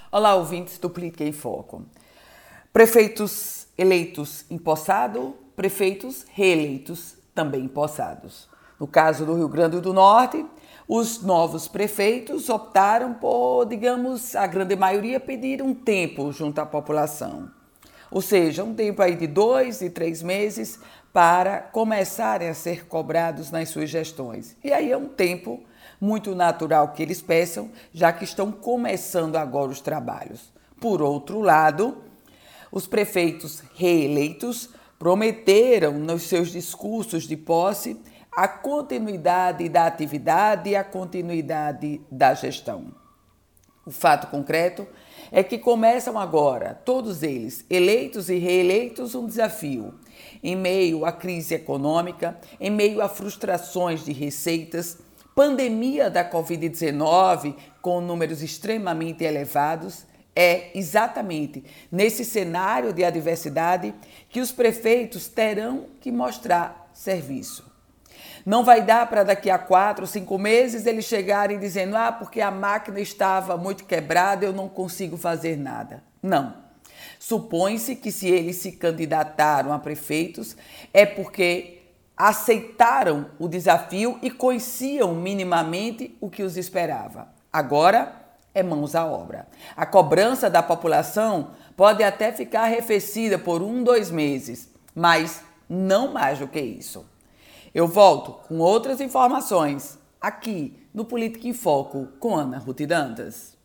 Olá, ouvintes do Política em Foco. Prefeitos eleitos empossados, prefeitos reeleitos também empossados. No caso do Rio Grande do Norte, os novos prefeitos optaram por, a grande maioria pedir um tempo junto à população. Ou seja, um tempo aí de 2 e 3 meses para começarem a ser cobrados nas suas gestões. E aí é um tempo muito natural que eles peçam, já que estão começando agora os trabalhos. Por outro lado, os prefeitos reeleitos prometeram nos seus discursos de posse a continuidade da atividade e a continuidade da gestão. O fato concreto é que começam agora, todos eles, eleitos e reeleitos, um desafio. Em meio à crise econômica, em meio a frustrações de receitas, pandemia da Covid-19 com números extremamente elevados, é exatamente nesse cenário de adversidade que os prefeitos terão que mostrar serviço. Não vai dar para daqui a 4 ou 5 meses eles chegarem dizendo porque a máquina estava muito quebrada, eu não consigo fazer nada. Não. Supõe-se que se eles se candidataram a prefeitos é porque aceitaram o desafio e conheciam minimamente o que os esperava. Agora é mãos à obra. A cobrança da população pode até ficar arrefecida por 1, 2 meses, mas não mais do que isso. Eu volto com outras informações aqui no Política em Foco com Ana Ruth Dantas.